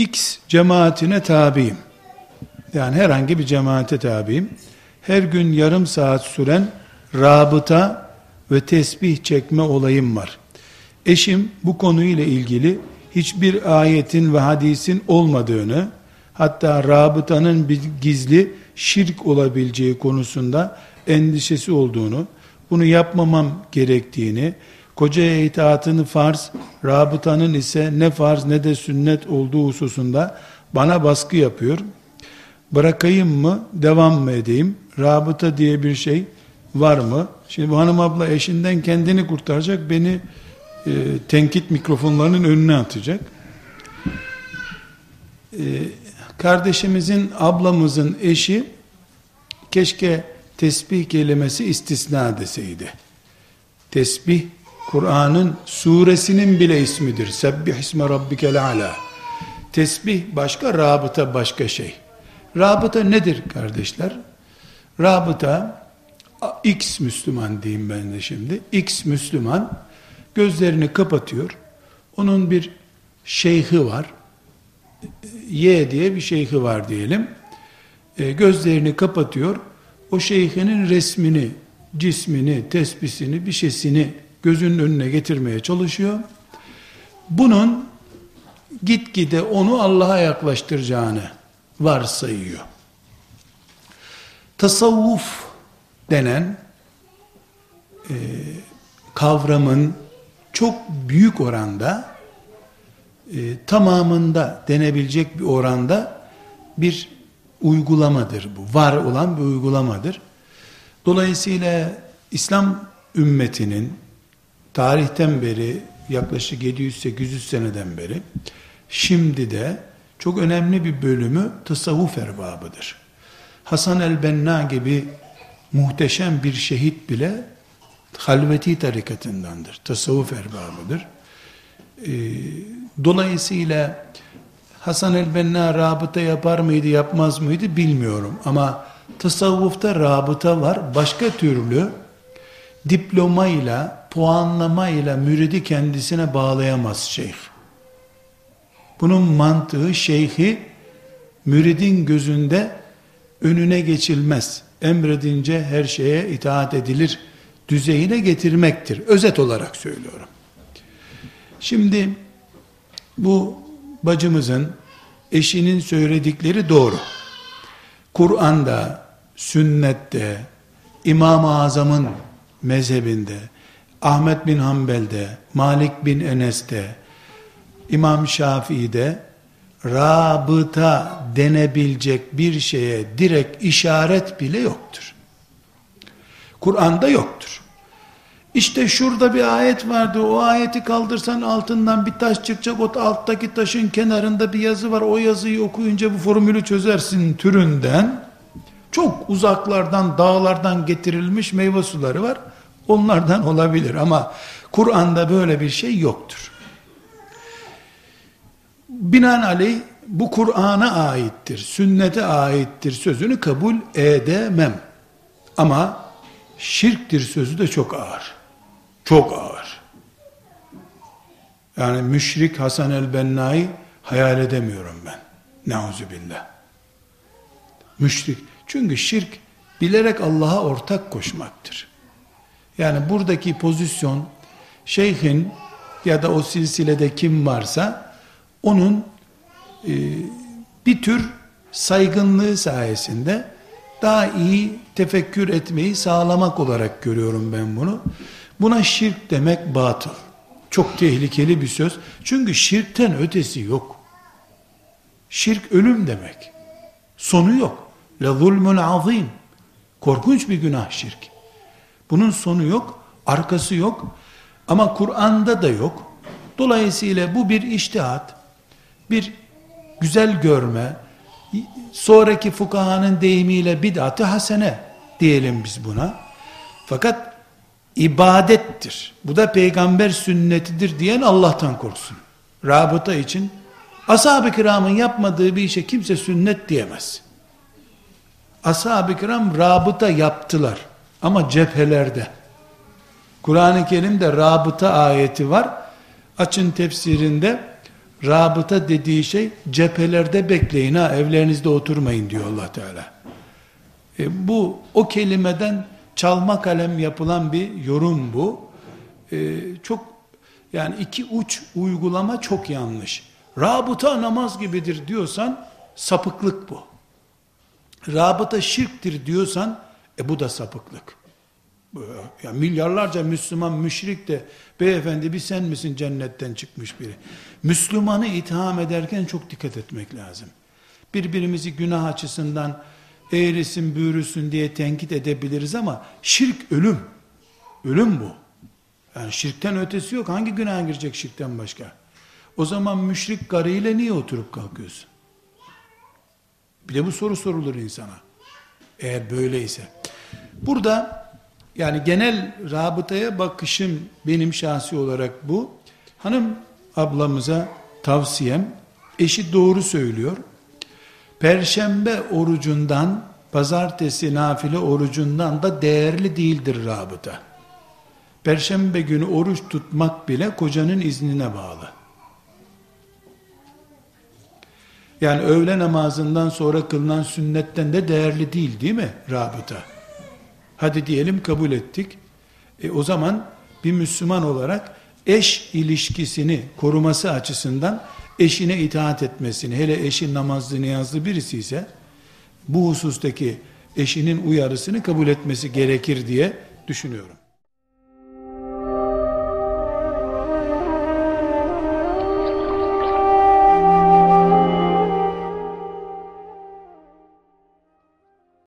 X cemaatine tabiyim. Yani herhangi bir cemaate tabiyim. Her gün yarım saat süren rabıta ve tesbih çekme olayım var. Eşim bu konuyla ilgili hiçbir ayetin ve hadisin olmadığını, hatta rabıtanın bir gizli şirk olabileceği konusunda endişesi olduğunu, bunu yapmamam gerektiğini, kocaya itaatını farz, rabıtanın ise ne farz ne de sünnet olduğu hususunda bana baskı yapıyor. Bırakayım mı, devam mı edeyim? Rabıta diye bir şey var mı? Şimdi bu hanım abla eşinden kendini kurtaracak, beni tenkit mikrofonlarının önüne atacak. Kardeşimizin, ablamızın eşi keşke tesbih kelimesi istisna deseydi. Tesbih Kur'an'ın suresinin bile ismidir. Sebbih isme rabbikel a'la. Tesbih başka, rabıta başka şey. Rabıta nedir kardeşler? Rabıta, X Müslüman diyeyim ben de şimdi. X Müslüman gözlerini kapatıyor. Onun bir şeyhi var. Y diye bir şeyhi var diyelim. Gözlerini kapatıyor. O şeyhinin resmini, cismini, tesbisini, bir şeysini gözünün önüne getirmeye çalışıyor. Bunun gitgide onu Allah'a yaklaştıracağını varsayıyor. Tasavvuf denen kavramın çok büyük oranda, tamamında denebilecek bir oranda bir uygulamadır bu. Var olan bir uygulamadır. Dolayısıyla İslam ümmetinin tarihten beri, yaklaşık 700-800 seneden beri, şimdi de çok önemli bir bölümü tasavvuf erbabıdır. Hasan el-Benna gibi muhteşem bir şehit bile halveti tarikatındandır. Tasavvuf erbabıdır. Dolayısıyla Hasan el-Benna rabıta yapar mıydı, yapmaz mıydı bilmiyorum. Ama tasavvufta rabıta var. Başka türlü diplomayla, puanlamayla müridi kendisine bağlayamaz şeyh. Bunun mantığı şeyhi müridin gözünde önüne geçilmez. Emredince her şeye itaat edilir düzeyine getirmektir. Özet olarak söylüyorum. Şimdi bu bacımızın, eşinin söyledikleri doğru. Kur'an'da, sünnette, İmam-ı Azam'ın mezhebinde, Ahmet bin Hanbel'de, Malik bin Enes'te, İmam Şafii'de rabıta denebilecek bir şeye direkt işaret bile yoktur. Kur'an'da yoktur. İşte şurada bir ayet vardı, o ayeti kaldırsan altından bir taş çıkacak, o alttaki taşın kenarında bir yazı var, o yazıyı okuyunca bu formülü çözersin türünden çok uzaklardan, dağlardan getirilmiş meyve suları var. Onlardan olabilir ama Kur'an'da böyle bir şey yoktur. Binaenaleyh bu Kur'an'a aittir, sünnete aittir sözünü kabul edemem. Ama şirktir sözü de çok ağır. Çok ağır. Yani müşrik Hasan el-Benna'yı hayal edemiyorum ben. Neuzubillah. Müşrik. Çünkü şirk bilerek Allah'a ortak koşmaktır. Yani buradaki pozisyon şeyhin ya da o silsilede kim varsa onun bir tür saygınlığı sayesinde daha iyi tefekkür etmeyi sağlamak olarak görüyorum ben bunu. Buna şirk demek batıl. Çok tehlikeli bir söz. Çünkü şirkten ötesi yok. Şirk ölüm demek. Sonu yok. La zulmun azim. Korkunç bir günah şirk. Bunun sonu yok, arkası yok. Ama Kur'an'da da yok. Dolayısıyla bu bir içtihat, bir güzel görme, sonraki fukahanın deyimiyle bid'at-ı hasene diyelim biz buna. Fakat ibadettir. Bu da peygamber sünnetidir diyen Allah'tan korksun. Rabıta için ashab-ı kiramın yapmadığı bir işe kimse sünnet diyemez. Ashab-ı kiram rabıta yaptılar ama cephelerde. Kur'an-ı Kerim'de rabıta ayeti var. Açın tefsirinde Rabıta dediği şey cephelerde bekleyin ha, evlerinizde oturmayın diyor Allah Teala. Bu o kelimeden çalma kalem yapılan bir yorum bu. Çok yani iki uç uygulama çok yanlış. Rabıta namaz gibidir diyorsan sapıklık bu. Rabıta şirktir diyorsan bu da sapıklık. Ya milyarlarca Müslüman müşrik de beyefendi bir sen misin cennetten çıkmış biri. Müslümanı itham ederken çok dikkat etmek lazım. Birbirimizi günah açısından eğrisin büğrüsün diye tenkit edebiliriz ama şirk ölüm. Ölüm bu. Yani şirkten ötesi yok. Hangi günaha girecek şirkten başka? O zaman müşrik karıyla niye oturup kalkıyorsun? Bir de bu soru sorulur insana. Eğer böyleyse. Burada yani genel rabıtaya bakışım benim şahsi olarak bu. Hanım ablamıza tavsiyem, eşi doğru söylüyor. Perşembe orucundan, pazartesi nafile orucundan da değerli değildir rabıta. Perşembe günü oruç tutmak bile kocanın iznine bağlı. Yani öğle namazından sonra kılınan sünnetten de değerli değil mi rabıta? Hadi diyelim kabul ettik. O zaman bir Müslüman olarak eş ilişkisini koruması açısından eşine itaat etmesini, hele eşi namazlı niyazlı birisi ise bu husustaki eşinin uyarısını kabul etmesi gerekir diye düşünüyorum.